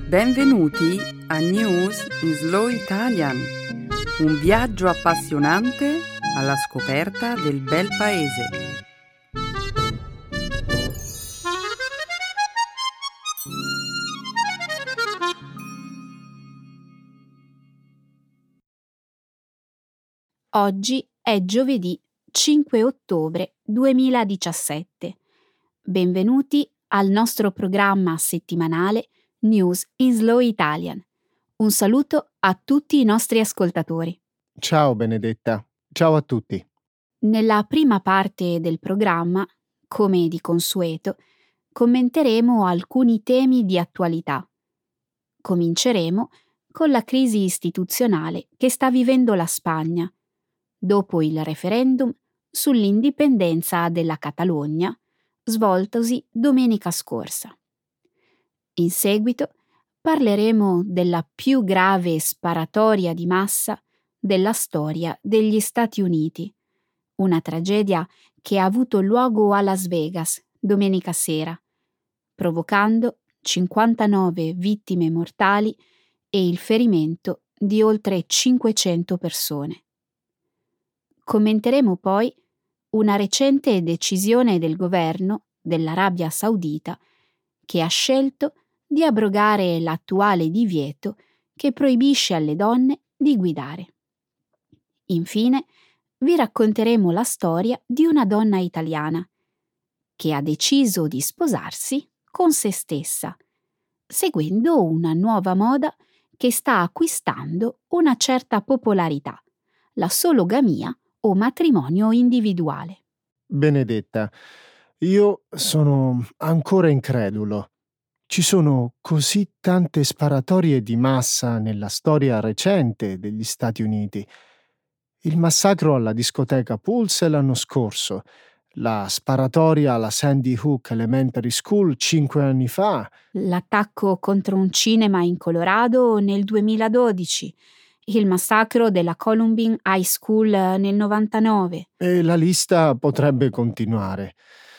Benvenuti a News in Slow Italian, un viaggio appassionante alla scoperta del bel paese. Oggi è giovedì 5 ottobre 2017. Benvenuti al nostro programma settimanale News in Slow Italian. Un saluto a tutti i nostri ascoltatori. Ciao Benedetta, ciao a tutti. Nella prima parte del programma, come di consueto, commenteremo alcuni temi di attualità. Cominceremo con la crisi istituzionale che sta vivendo la Spagna, dopo il referendum sull'indipendenza della Catalogna, svoltosi domenica scorsa. In seguito parleremo della più grave sparatoria di massa della storia degli Stati Uniti, una tragedia che ha avuto luogo a Las Vegas domenica sera, provocando 59 vittime mortali e il ferimento di oltre 500 persone. Commenteremo poi una recente decisione del governo dell'Arabia Saudita che ha scelto di abrogare l'attuale divieto che proibisce alle donne di guidare. Infine, vi racconteremo la storia di una donna italiana che ha deciso di sposarsi con se stessa, seguendo una nuova moda che sta acquistando una certa popolarità, la sologamia o matrimonio individuale. Benedetta, io sono ancora incredulo. Ci sono così tante sparatorie di massa nella storia recente degli Stati Uniti. Il massacro alla discoteca Pulse l'anno scorso, la sparatoria alla Sandy Hook Elementary School 5 anni fa, L'attacco contro un cinema in Colorado nel 2012, il massacro della Columbine High School nel 99. e la lista potrebbe continuare.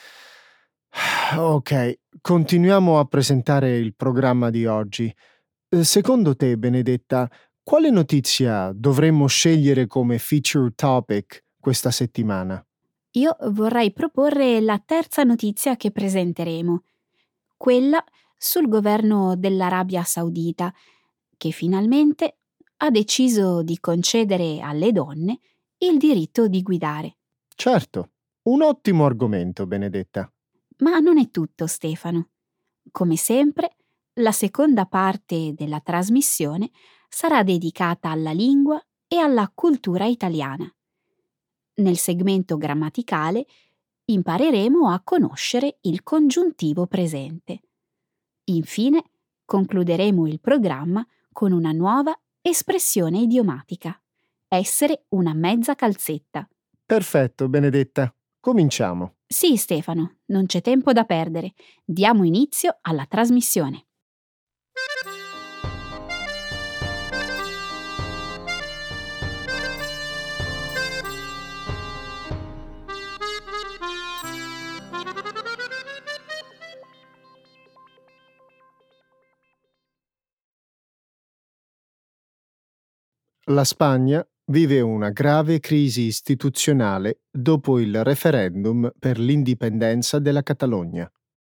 Ok, continuiamo a presentare il programma di oggi. Secondo te, Benedetta, quale notizia dovremmo scegliere come feature topic questa settimana? Io vorrei proporre la terza notizia che presenteremo, quella sul governo dell'Arabia Saudita, che finalmente ha deciso di concedere alle donne il diritto di guidare. Certo, un ottimo argomento, Benedetta. Ma non è tutto, Stefano. Come sempre, la seconda parte della trasmissione sarà dedicata alla lingua e alla cultura italiana. Nel segmento grammaticale impareremo a conoscere il congiuntivo presente. Infine, concluderemo il programma con una nuova espressione idiomatica: essere una mezza calzetta. Perfetto, Benedetta. Cominciamo. Sì, Stefano, non c'è tempo da perdere. Diamo inizio alla trasmissione. La Spagna vive una grave crisi istituzionale dopo il referendum per l'indipendenza della Catalogna.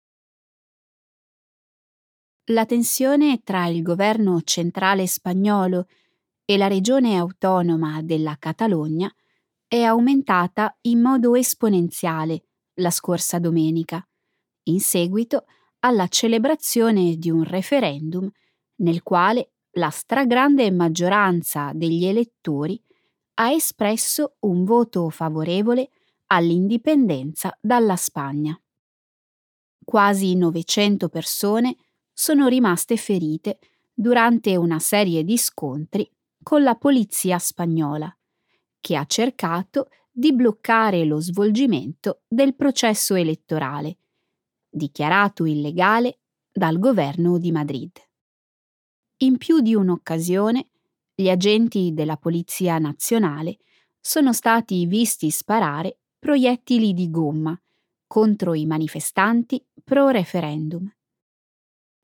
La tensione tra il governo centrale spagnolo e la regione autonoma della Catalogna è aumentata in modo esponenziale la scorsa domenica, in seguito alla celebrazione di un referendum nel quale la stragrande maggioranza degli elettori ha espresso un voto favorevole all'indipendenza dalla Spagna. Quasi 900 persone sono rimaste ferite durante una serie di scontri con la polizia spagnola, che ha cercato di bloccare lo svolgimento del processo elettorale, dichiarato illegale dal governo di Madrid. In più di un'occasione, gli agenti della Polizia Nazionale sono stati visti sparare proiettili di gomma contro i manifestanti pro-referendum.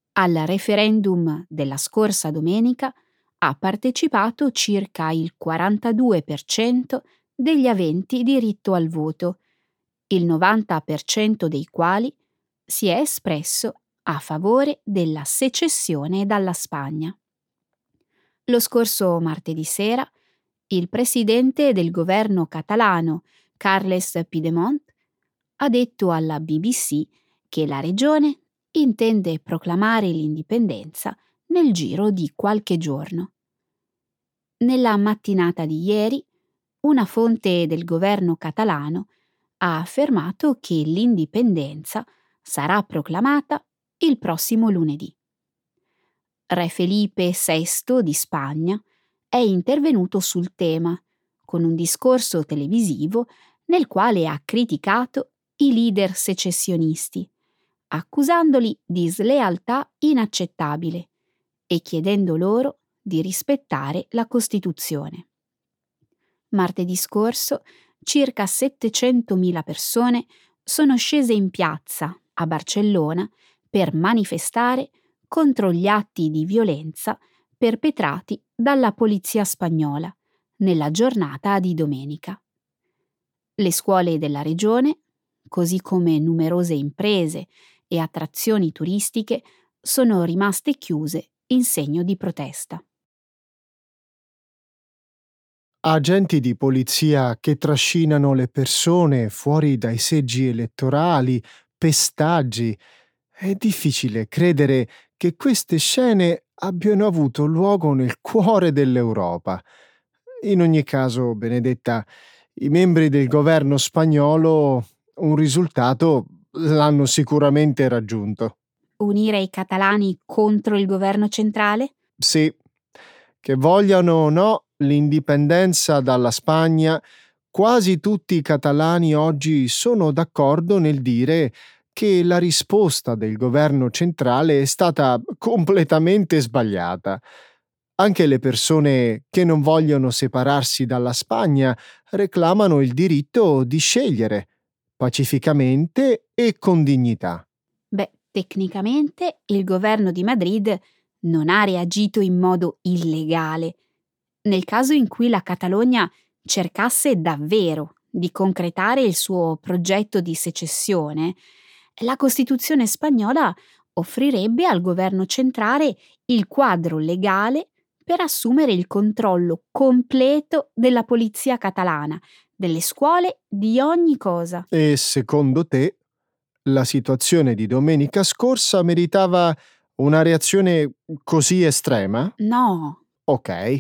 Al referendum della scorsa domenica ha partecipato circa il 42% degli aventi diritto al voto, il 90% dei quali si è espresso a favore della secessione dalla Spagna. Lo scorso martedì sera, il presidente del governo catalano, Carles Puigdemont, ha detto alla BBC che la regione intende proclamare l'indipendenza nel giro di qualche giorno. Nella mattinata di ieri, una fonte del governo catalano ha affermato che l'indipendenza sarà proclamata il prossimo lunedì. Re Felipe VI di Spagna è intervenuto sul tema con un discorso televisivo nel quale ha criticato i leader secessionisti, accusandoli di slealtà inaccettabile e chiedendo loro di rispettare la Costituzione. Martedì scorso circa 700.000 persone sono scese in piazza a Barcellona per manifestare contro gli atti di violenza perpetrati dalla polizia spagnola nella giornata di domenica. Le scuole della regione, così come numerose imprese e attrazioni turistiche, sono rimaste chiuse in segno di protesta. Agenti di polizia che trascinano le persone fuori dai seggi elettorali, pestaggi. È difficile credere che queste scene abbiano avuto luogo nel cuore dell'Europa. In ogni caso, Benedetta, i membri del governo spagnolo un risultato l'hanno sicuramente raggiunto. Unire i catalani contro il governo centrale? Sì, che vogliano o no l'indipendenza dalla Spagna, quasi tutti i catalani oggi sono d'accordo nel dire che la risposta del governo centrale è stata completamente sbagliata. Anche le persone che non vogliono separarsi dalla Spagna reclamano il diritto di scegliere, pacificamente e con dignità. Beh, tecnicamente il governo di Madrid non ha reagito in modo illegale. Nel caso in cui la Catalogna cercasse davvero di concretare il suo progetto di secessione, la Costituzione spagnola offrirebbe al governo centrale il quadro legale per assumere il controllo completo della polizia catalana, delle scuole, di ogni cosa. E secondo te, la situazione di domenica scorsa meritava una reazione così estrema? No. Ok.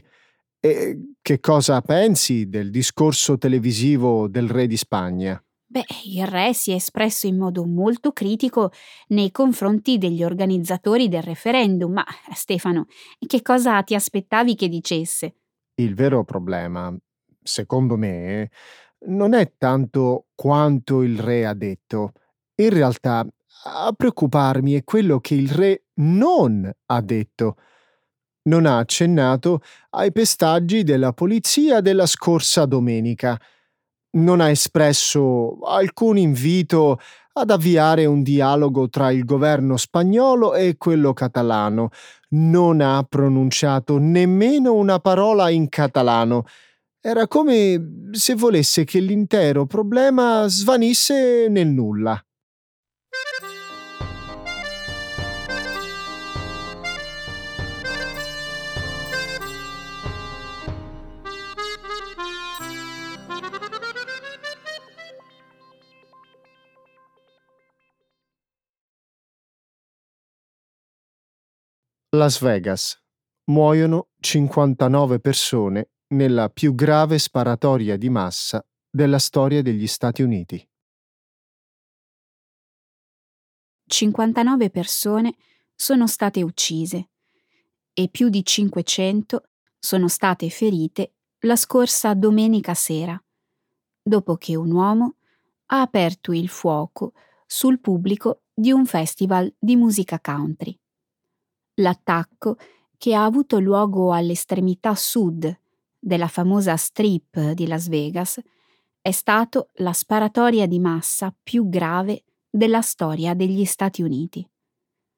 E che cosa pensi del discorso televisivo del re di Spagna? Beh, il re si è espresso in modo molto critico nei confronti degli organizzatori del referendum, ma Stefano, che cosa ti aspettavi che dicesse? Il vero problema, secondo me, non è tanto quanto il re ha detto. In realtà, a preoccuparmi è quello che il re non ha detto. Non ha accennato ai pestaggi della polizia della scorsa domenica. Non ha espresso alcun invito ad avviare un dialogo tra il governo spagnolo e quello catalano. Non ha pronunciato nemmeno una parola in catalano. Era come se volesse che l'intero problema svanisse nel nulla. Las Vegas. Muoiono 59 persone nella più grave sparatoria di massa della storia degli Stati Uniti. 59 persone sono state uccise e più di 500 sono state ferite la scorsa domenica sera, dopo che un uomo ha aperto il fuoco sul pubblico di un festival di musica country. L'attacco, che ha avuto luogo all'estremità sud della famosa Strip di Las Vegas, è stato la sparatoria di massa più grave della storia degli Stati Uniti.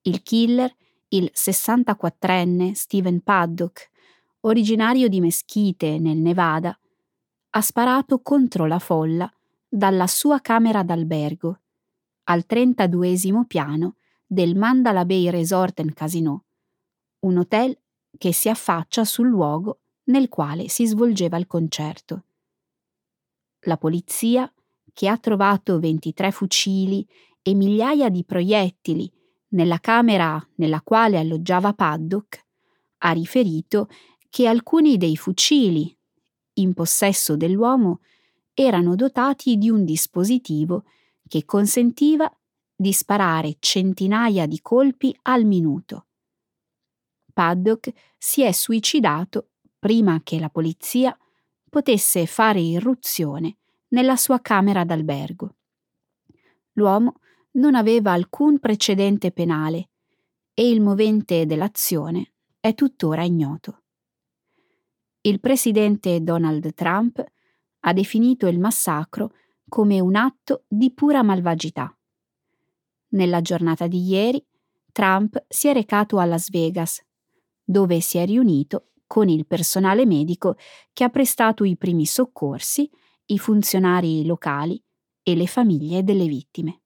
Il killer, il 64enne Stephen Paddock, originario di Mesquite, nel Nevada, ha sparato contro la folla dalla sua camera d'albergo, al 32esimo piano del Mandalay Bay Resort and Casino, un hotel che si affaccia sul luogo nel quale si svolgeva il concerto. La polizia, che ha trovato 23 fucili e migliaia di proiettili nella camera nella quale alloggiava Paddock, ha riferito che alcuni dei fucili in possesso dell'uomo erano dotati di un dispositivo che consentiva di sparare centinaia di colpi al minuto. Paddock si è suicidato prima che la polizia potesse fare irruzione nella sua camera d'albergo. L'uomo non aveva alcun precedente penale e il movente dell'azione è tuttora ignoto. Il presidente Donald Trump ha definito il massacro come un atto di pura malvagità. Nella giornata di ieri, Trump si è recato a Las Vegas, dove si è riunito con il personale medico che ha prestato i primi soccorsi, i funzionari locali e le famiglie delle vittime.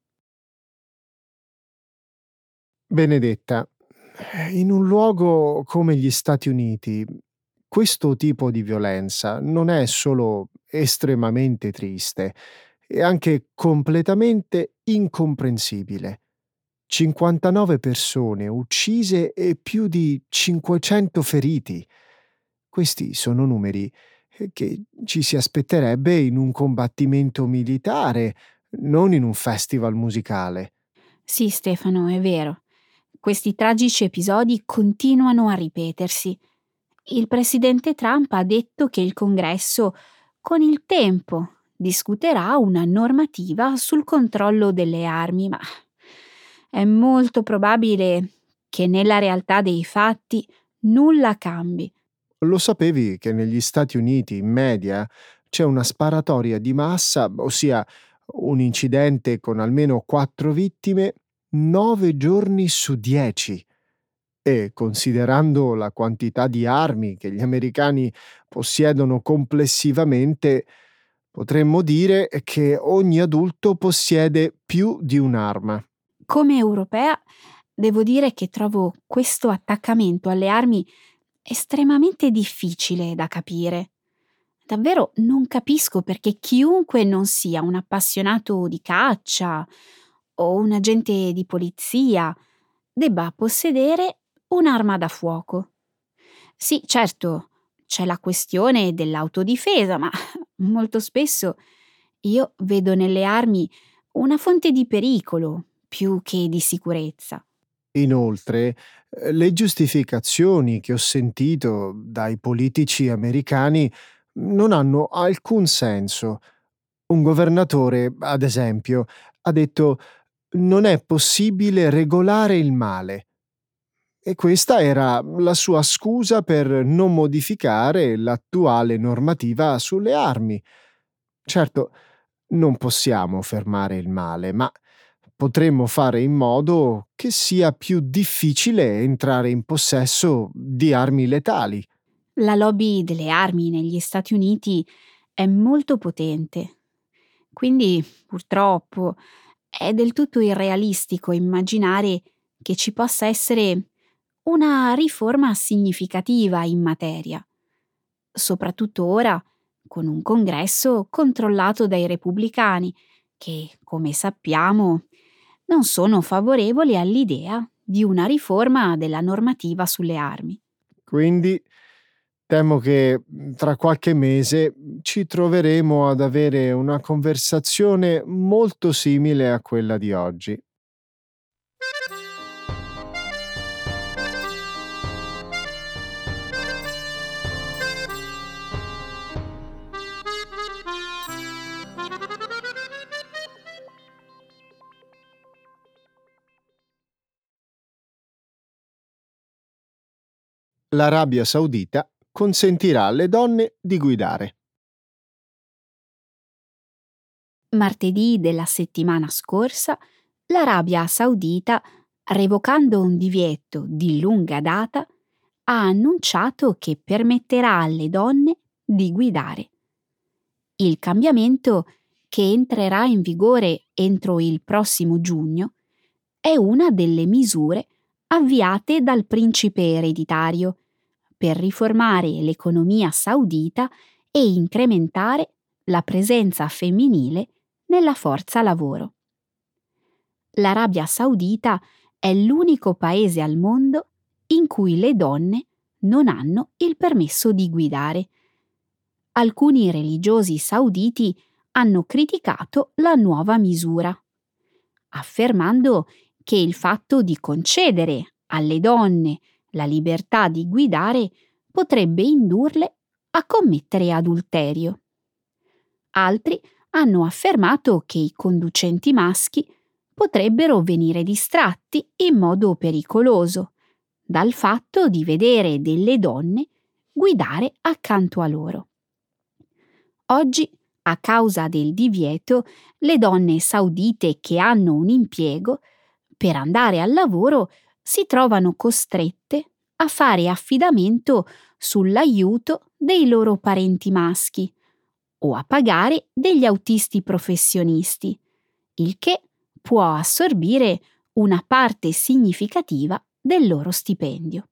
Benedetta, in un luogo come gli Stati Uniti, questo tipo di violenza non è solo estremamente triste, è anche completamente incomprensibile. 59 persone uccise e più di 500 feriti. Questi sono numeri che ci si aspetterebbe in un combattimento militare, non in un festival musicale. Sì, Stefano, è vero. Questi tragici episodi continuano a ripetersi. Il presidente Trump ha detto che il Congresso, con il tempo, discuterà una normativa sul controllo delle armi, ma è molto probabile che nella realtà dei fatti nulla cambi. Lo sapevi che negli Stati Uniti, in media, c'è una sparatoria di massa, ossia un incidente con almeno 4 vittime, 9 giorni su 10? E considerando la quantità di armi che gli americani possiedono complessivamente, potremmo dire che ogni adulto possiede più di un'arma. Come europea, devo dire che trovo questo attaccamento alle armi estremamente difficile da capire. Davvero non capisco perché chiunque non sia un appassionato di caccia o un agente di polizia debba possedere un'arma da fuoco. Sì, certo, c'è la questione dell'autodifesa, ma molto spesso io vedo nelle armi una fonte di pericolo più che di sicurezza. Inoltre, le giustificazioni che ho sentito dai politici americani non hanno alcun senso. Un governatore, ad esempio, ha detto: "Non è possibile regolare il male". E questa era la sua scusa per non modificare l'attuale normativa sulle armi. Certo, non possiamo fermare il male, ma potremmo fare in modo che sia più difficile entrare in possesso di armi letali. La lobby delle armi negli Stati Uniti è molto potente, quindi purtroppo è del tutto irrealistico immaginare che ci possa essere una riforma significativa in materia, soprattutto ora con un congresso controllato dai repubblicani che, come sappiamo, non sono favorevoli all'idea di una riforma della normativa sulle armi. Quindi temo che tra qualche mese ci troveremo ad avere una conversazione molto simile a quella di oggi. L'Arabia Saudita consentirà alle donne di guidare. Martedì della settimana scorsa, l'Arabia Saudita revocando un divieto di lunga data, ha annunciato che permetterà alle donne di guidare. Il cambiamento, che entrerà in vigore entro il prossimo giugno, è una delle misure avviate dal principe ereditario per riformare l'economia saudita e incrementare la presenza femminile nella forza lavoro. L'Arabia Saudita è l'unico paese al mondo in cui le donne non hanno il permesso di guidare. Alcuni religiosi sauditi hanno criticato la nuova misura, affermando che il fatto di concedere alle donne la libertà di guidare potrebbe indurle a commettere adulterio. Altri hanno affermato che i conducenti maschi potrebbero venire distratti in modo pericoloso dal fatto di vedere delle donne guidare accanto a loro. Oggi, a causa del divieto, le donne saudite che hanno un impiego, per andare al lavoro, si trovano costrette a fare affidamento sull'aiuto dei loro parenti maschi o a pagare degli autisti professionisti, il che può assorbire una parte significativa del loro stipendio.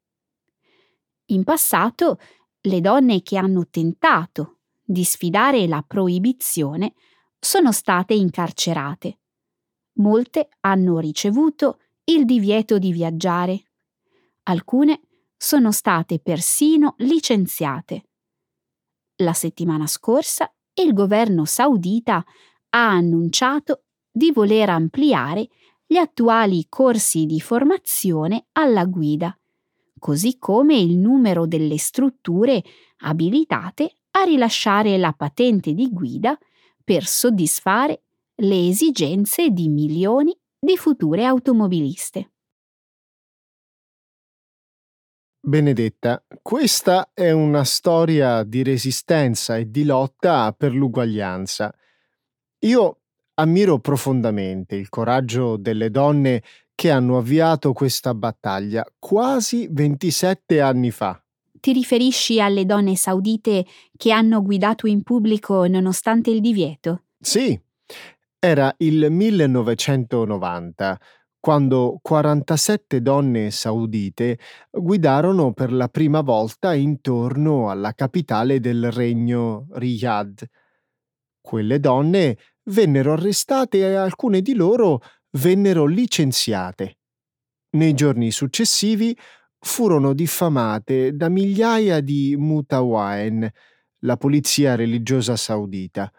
In passato, le donne che hanno tentato di sfidare la proibizione sono state incarcerate. Molte hanno ricevuto il divieto di viaggiare. Alcune sono state persino licenziate. La settimana scorsa il governo saudita ha annunciato di voler ampliare gli attuali corsi di formazione alla guida, così come il numero delle strutture abilitate a rilasciare la patente di guida per soddisfare le esigenze di milioni di future automobiliste. Benedetta, questa è una storia di resistenza e di lotta per l'uguaglianza. Io ammiro profondamente il coraggio delle donne che hanno avviato questa battaglia quasi 27 anni fa. Ti riferisci alle donne saudite che hanno guidato in pubblico nonostante il divieto? Sì, era il 1990, quando 47 donne saudite guidarono per la prima volta intorno alla capitale del regno, Riyadh. Quelle donne vennero arrestate e alcune di loro vennero licenziate. Nei giorni successivi furono diffamate da migliaia di mutawain, la polizia religiosa saudita.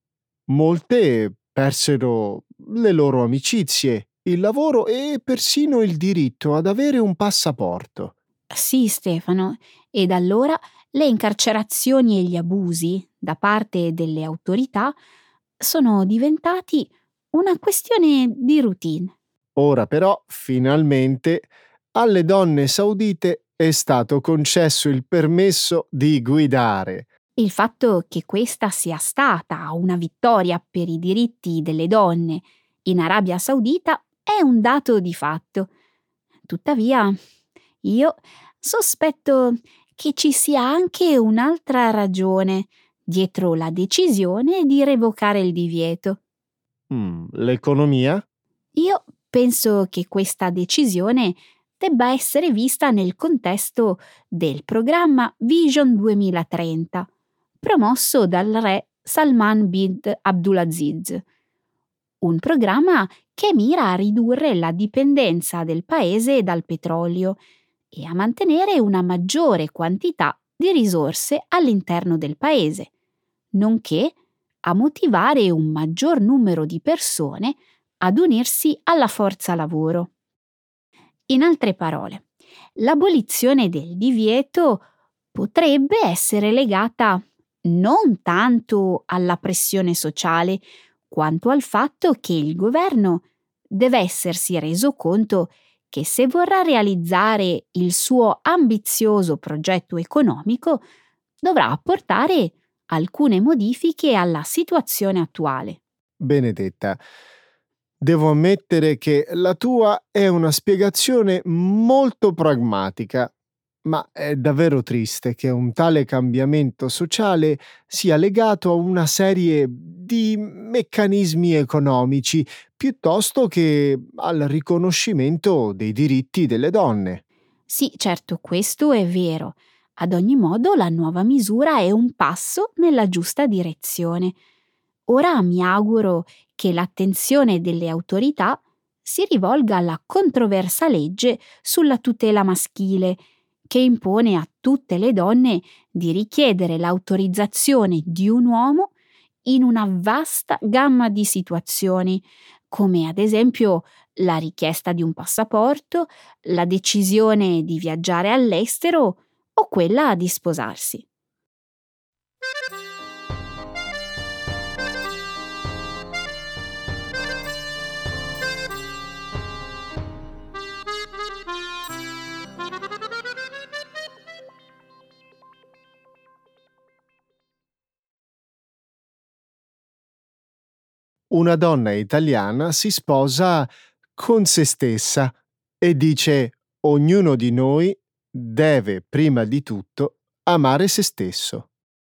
Molte persero le loro amicizie, il lavoro e persino il diritto ad avere un passaporto. Sì, Stefano, e da allora le incarcerazioni e gli abusi da parte delle autorità sono diventati una questione di routine. Ora però, finalmente, alle donne saudite è stato concesso il permesso di guidare. Il fatto che questa sia stata una vittoria per i diritti delle donne in Arabia Saudita è un dato di fatto. Tuttavia, io sospetto che ci sia anche un'altra ragione dietro la decisione di revocare il divieto. L'economia? Io penso che questa decisione debba essere vista nel contesto del programma Vision 2030, promosso dal re Salman bin Abdulaziz. Un programma che mira a ridurre la dipendenza del paese dal petrolio e a mantenere una maggiore quantità di risorse all'interno del paese, nonché a motivare un maggior numero di persone ad unirsi alla forza lavoro. In altre parole, l'abolizione del divieto potrebbe essere legata non tanto alla pressione sociale, quanto al fatto che il governo deve essersi reso conto che se vorrà realizzare il suo ambizioso progetto economico, dovrà apportare alcune modifiche alla situazione attuale. Benedetta, Devo ammettere che la tua è una spiegazione molto pragmatica, ma è davvero triste che un tale cambiamento sociale sia legato a una serie di meccanismi economici piuttosto che al riconoscimento dei diritti delle donne. Sì, certo, questo è vero. Ad ogni modo, la nuova misura è un passo nella giusta direzione. Ora mi auguro che l'attenzione delle autorità si rivolga alla controversa legge sulla tutela maschile, che impone a tutte le donne di richiedere l'autorizzazione di un uomo in una vasta gamma di situazioni, come ad esempio la richiesta di un passaporto, la decisione di viaggiare all'estero o quella di sposarsi. Una donna italiana si sposa con se stessa e dice: ognuno di noi deve prima di tutto amare se stesso.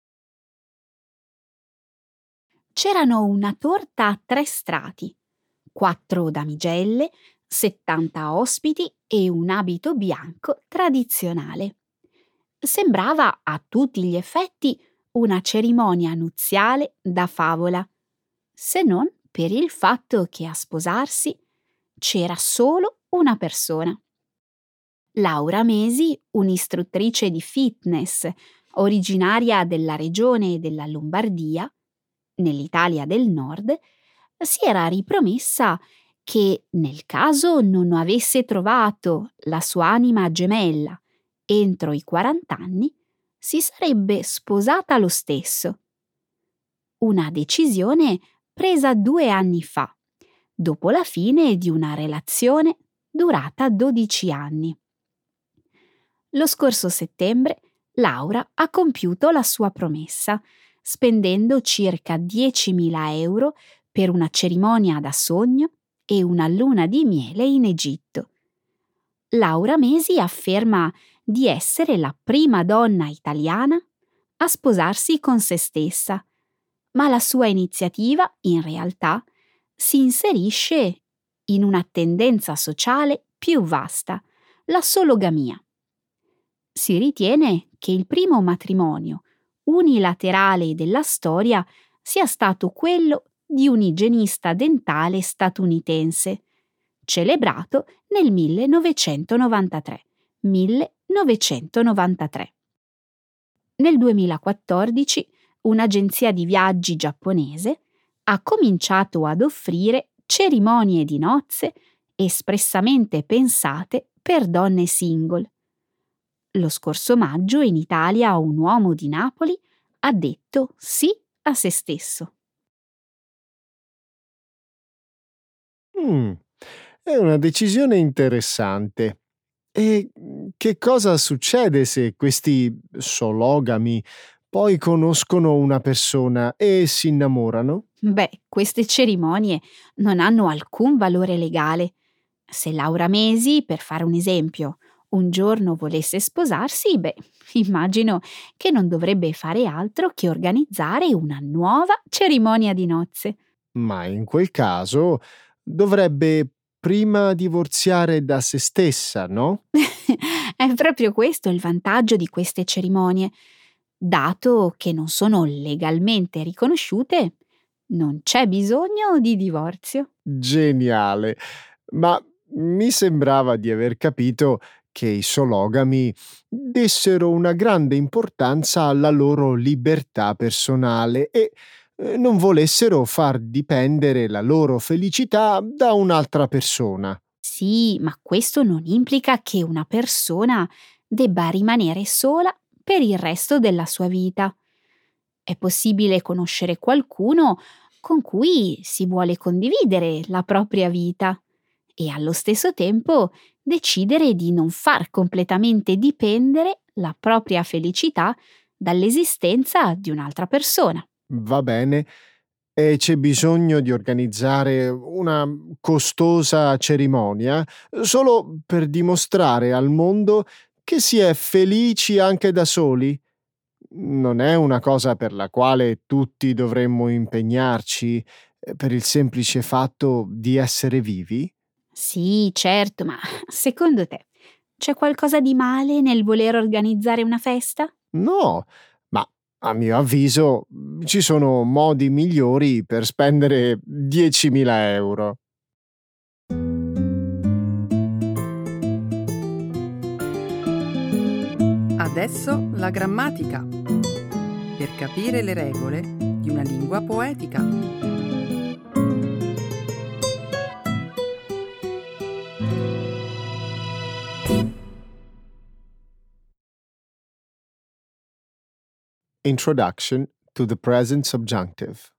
C'erano una torta a 3 strati, 4 damigelle, 70 ospiti e un abito bianco tradizionale. Sembrava a tutti gli effetti una cerimonia nuziale da favola, se non per il fatto che a sposarsi c'era solo una persona. Laura Mesi, un'istruttrice di fitness originaria della regione della Lombardia, nell'Italia del Nord, si era ripromessa che nel caso non avesse trovato la sua anima gemella entro i 40 anni, si sarebbe sposata lo stesso. Una decisione presa 2 anni fa, dopo la fine di una relazione durata 12 anni. Lo scorso settembre Laura ha compiuto la sua promessa, spendendo circa 10.000 euro per una cerimonia da sogno e una luna di miele in Egitto. Laura Mesi afferma di essere la prima donna italiana a sposarsi con se stessa, ma la sua iniziativa, in realtà, si inserisce in una tendenza sociale più vasta, la sologamia. Si ritiene che il primo matrimonio unilaterale della storia sia stato quello di un igienista dentale statunitense, celebrato nel 1993. 1993. Nel 2014 un'agenzia di viaggi giapponese ha cominciato ad offrire cerimonie di nozze espressamente pensate per donne single. Lo scorso maggio in Italia un uomo di Napoli ha detto sì a se stesso. È una decisione interessante. E che cosa succede se questi sologami poi conoscono una persona e si innamorano? Beh, queste cerimonie non hanno alcun valore legale. Se Laura Mesi, per fare un esempio, un giorno volesse sposarsi, immagino che non dovrebbe fare altro che organizzare una nuova cerimonia di nozze. Ma in quel caso dovrebbe prima divorziare da se stessa, no? È proprio questo il vantaggio di queste cerimonie. Dato che non sono legalmente riconosciute, non c'è bisogno di divorzio. Geniale. Ma mi sembrava di aver capito che i sologami dessero una grande importanza alla loro libertà personale e non volessero far dipendere la loro felicità da un'altra persona. Sì, ma questo non implica che una persona debba rimanere sola per il resto della sua vita. È possibile conoscere qualcuno con cui si vuole condividere la propria vita e allo stesso tempo decidere di non far completamente dipendere la propria felicità dall'esistenza di un'altra persona. Va bene. e c'è bisogno di organizzare una costosa cerimonia solo per dimostrare al mondo che si è felici anche da soli? Non è una cosa per la quale tutti dovremmo impegnarci, per il semplice fatto di essere vivi? Sì, certo, ma secondo te c'è qualcosa di male nel voler organizzare una festa? No, ma a mio avviso ci sono modi migliori per spendere 10.000 euro. Adesso la grammatica, per capire le regole di una lingua poetica. Introduction to the present subjunctive.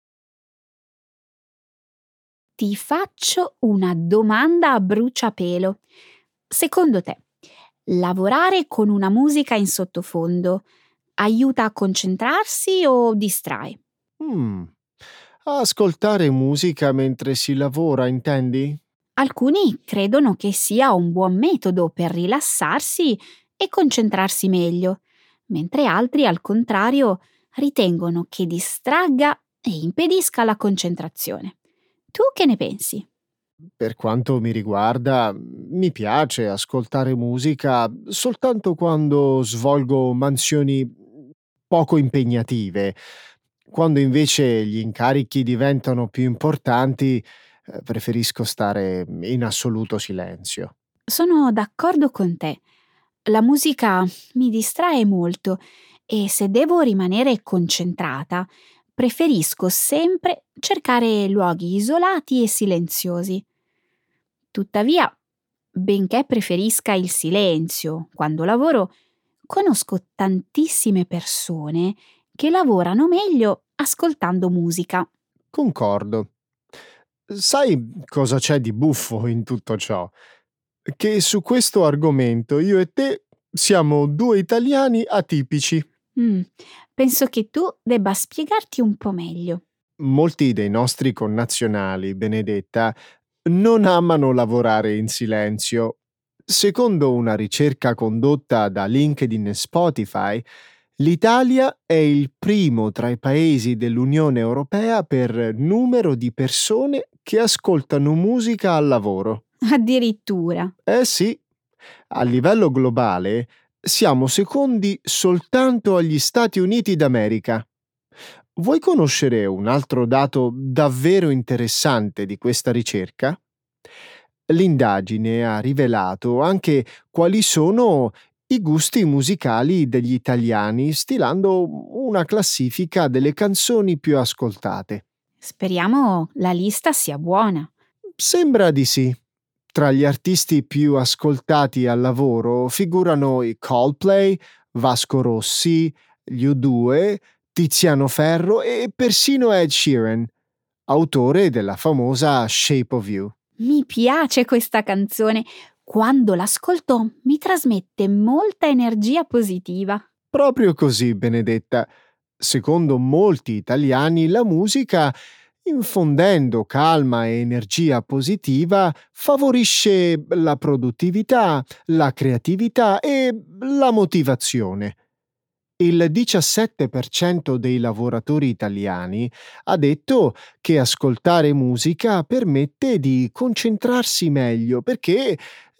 Ti faccio una domanda a bruciapelo. Secondo te, lavorare con una musica in sottofondo aiuta a concentrarsi o distrae? Mm. Ascoltare musica mentre si lavora, intendi? Alcuni credono che sia un buon metodo per rilassarsi e concentrarsi meglio, mentre altri, al contrario, ritengono che distragga e impedisca la concentrazione. Tu che ne pensi? Per quanto mi riguarda, mi piace ascoltare musica soltanto quando svolgo mansioni poco impegnative. Quando invece gli incarichi diventano più importanti, preferisco stare in assoluto silenzio. Sono d'accordo con te. La musica mi distrae molto e se devo rimanere concentrata, preferisco sempre cercare luoghi isolati e silenziosi. Tuttavia, benché preferisca il silenzio quando lavoro, conosco tantissime persone che lavorano meglio ascoltando musica. Concordo. Sai cosa c'è di buffo in tutto ciò? Che su questo argomento io e te siamo due italiani atipici. Mm, penso che tu debba spiegarti un po' meglio. Molti dei nostri connazionali, Benedetta, non amano lavorare in silenzio. Secondo una ricerca condotta da LinkedIn e Spotify, l'Italia è il primo tra i paesi dell'Unione Europea per numero di persone che ascoltano musica al lavoro. Addirittura. Eh sì, a livello globale siamo secondi soltanto agli Stati Uniti d'America. Vuoi conoscere un altro dato davvero interessante di questa ricerca? L'indagine ha rivelato anche quali sono i gusti musicali degli italiani, stilando una classifica delle canzoni più ascoltate. Speriamo la lista sia buona. Sembra di sì. Tra gli artisti più ascoltati al lavoro figurano i Coldplay, Vasco Rossi, gli U2, Tiziano Ferro e persino Ed Sheeran, autore della famosa Shape of You. Mi piace questa canzone. Quando l'ascolto mi trasmette molta energia positiva. Proprio così, Benedetta. Secondo molti italiani, la musica, infondendo calma e energia positiva, favorisce la produttività, la creatività e la motivazione. Il 17% dei lavoratori italiani ha detto che ascoltare musica permette di concentrarsi meglio perché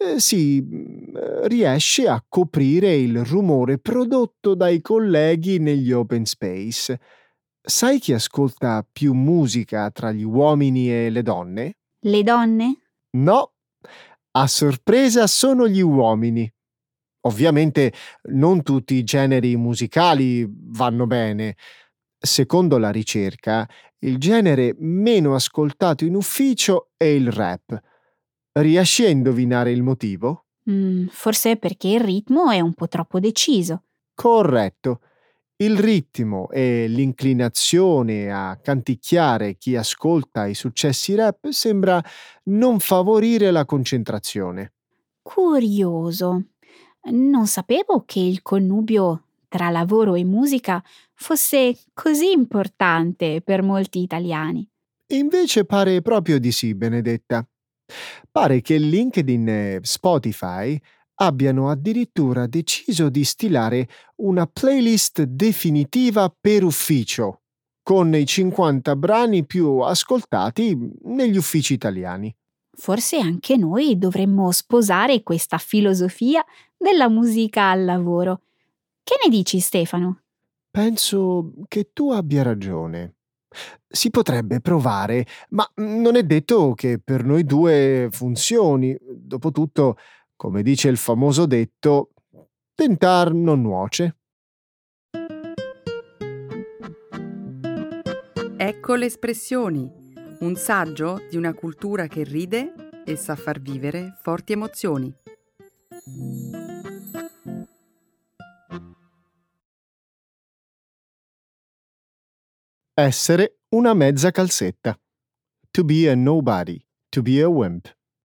riesce a coprire il rumore prodotto dai colleghi negli open space. Sai chi ascolta più musica tra gli uomini e le donne? Le donne? No, a sorpresa sono gli uomini. Ovviamente non tutti i generi musicali vanno bene. Secondo la ricerca, il genere meno ascoltato in ufficio è il rap. Riesci a indovinare il motivo? Forse perché il ritmo è un po' troppo deciso. Corretto. Il ritmo e l'inclinazione a canticchiare chi ascolta i successi rap sembra non favorire la concentrazione. Curioso. Non sapevo che il connubio tra lavoro e musica fosse così importante per molti italiani. Invece pare proprio di sì, Benedetta. Pare che LinkedIn e Spotify abbiano addirittura deciso di stilare una playlist definitiva per ufficio, con i 50 brani più ascoltati negli uffici italiani. Forse anche noi dovremmo sposare questa filosofia della musica al lavoro. Che ne dici, Stefano? Penso che tu abbia ragione. Si potrebbe provare, ma non è detto che per noi due funzioni. Dopotutto, come dice il famoso detto, tentar non nuoce. Ecco le espressioni, un saggio di una cultura che ride e sa far vivere forti emozioni. Essere una mezza calzetta. To be a nobody, to be a wimp.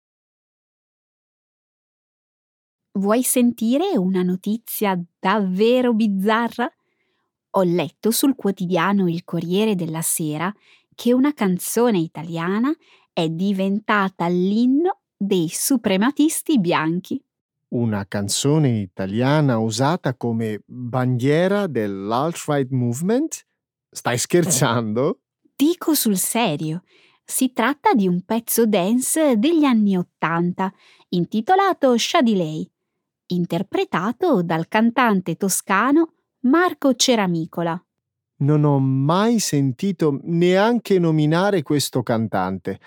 Vuoi sentire una notizia davvero bizzarra? Ho letto sul quotidiano Il Corriere della Sera che una canzone italiana è diventata l'inno dei suprematisti bianchi. Una canzone italiana usata come bandiera dell'alt-right movement? Stai scherzando? Dico sul serio, si tratta di un pezzo dance degli anni '80 intitolato Shadiley, interpretato dal cantante toscano Marco Ceramicola. Non ho mai sentito neanche nominare questo cantante.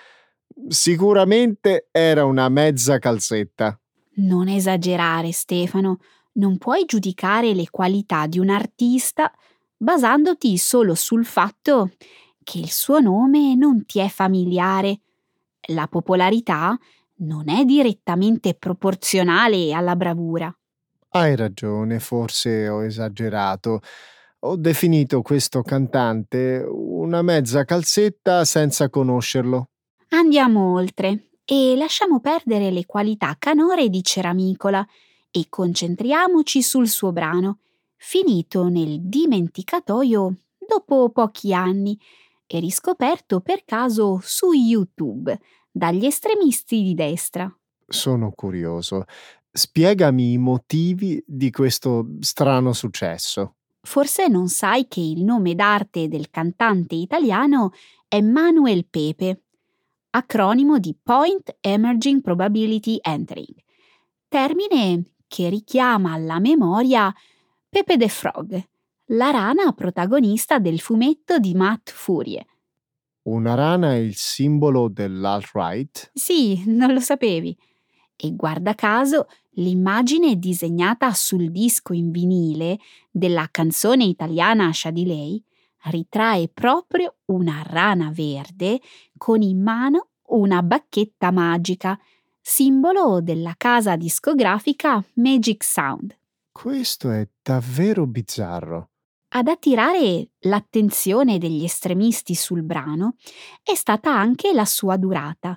Sicuramente era una mezza calzetta. Non esagerare, Stefano, non puoi giudicare le qualità di un artista basandoti solo sul fatto che il suo nome non ti è familiare. La popolarità non è direttamente proporzionale alla bravura. Hai ragione, forse ho esagerato. Ho definito questo cantante una mezza calzetta senza conoscerlo. Andiamo oltre e lasciamo perdere le qualità canore di Ceramicola e concentriamoci sul suo brano, finito nel dimenticatoio dopo pochi anni e riscoperto per caso su YouTube dagli estremisti di destra. Sono curioso. Spiegami i motivi di questo strano successo. Forse non sai che il nome d'arte del cantante italiano è Manuel Pepe, acronimo di Point Emerging Probability Entering, termine che richiama alla memoria Pepe the Frog, la rana protagonista del fumetto di Matt Furie. Una rana è il simbolo dell'alt-right? Sì, non lo sapevi. E guarda caso, l'immagine disegnata sul disco in vinile della canzone italiana Shadiley ritrae proprio una rana verde con in mano una bacchetta magica, simbolo della casa discografica Magic Sound. Questo è davvero bizzarro. Ad attirare l'attenzione degli estremisti sul brano è stata anche la sua durata,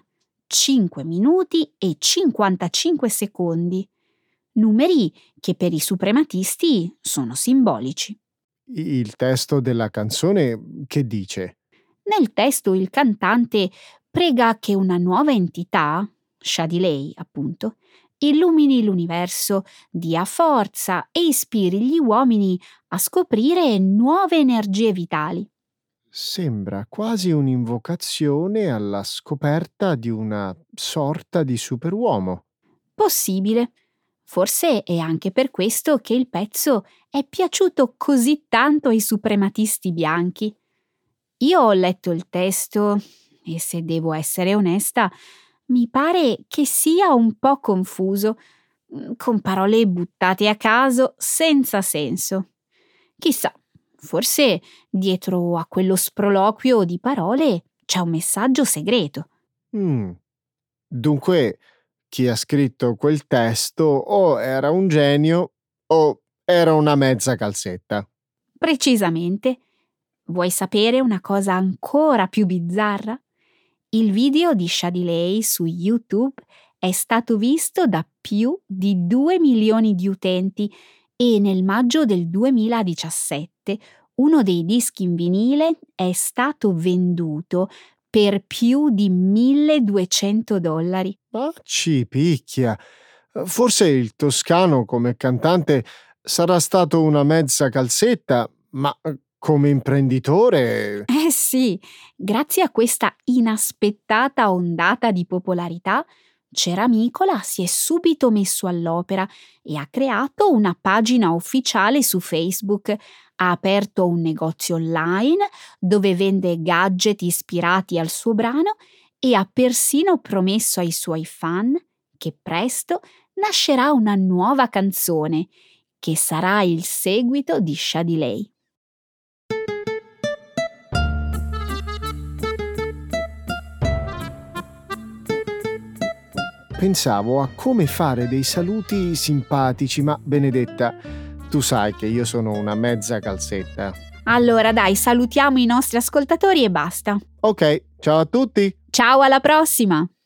5 minuti e 55 secondi, numeri che per i suprematisti sono simbolici. Il testo della canzone che dice? Nel testo il cantante prega che una nuova entità, Shadiley appunto, illumini l'universo, dia forza e ispiri gli uomini a scoprire nuove energie vitali. Sembra quasi un'invocazione alla scoperta di una sorta di superuomo. Possibile. Forse è anche per questo che il pezzo è piaciuto così tanto ai suprematisti bianchi. Io ho letto il testo e, se devo essere onesta, mi pare che sia un po' confuso, con parole buttate a caso senza senso. Chissà, forse dietro a quello sproloquio di parole c'è un messaggio segreto. Dunque, chi ha scritto quel testo o era un genio o era una mezza calzetta. Precisamente. Vuoi sapere una cosa ancora più bizzarra? Il video di Shadiley su YouTube è stato visto da più di 2 milioni di utenti e nel maggio del 2017 uno dei dischi in vinile è stato venduto per più di $1.200. Ma ci picchia. Forse il Toscano come cantante sarà stato una mezza calzetta, ma come imprenditore... Eh sì, grazie a questa inaspettata ondata di popolarità, Ceramicola si è subito messo all'opera e ha creato una pagina ufficiale su Facebook, ha aperto un negozio online dove vende gadget ispirati al suo brano e ha persino promesso ai suoi fan che presto nascerà una nuova canzone, che sarà il seguito di Scià di lei. Pensavo a come fare dei saluti simpatici, ma Benedetta, tu sai che io sono una mezza calzetta. Allora dai, salutiamo i nostri ascoltatori e basta. Ok, ciao a tutti! Ciao, alla prossima!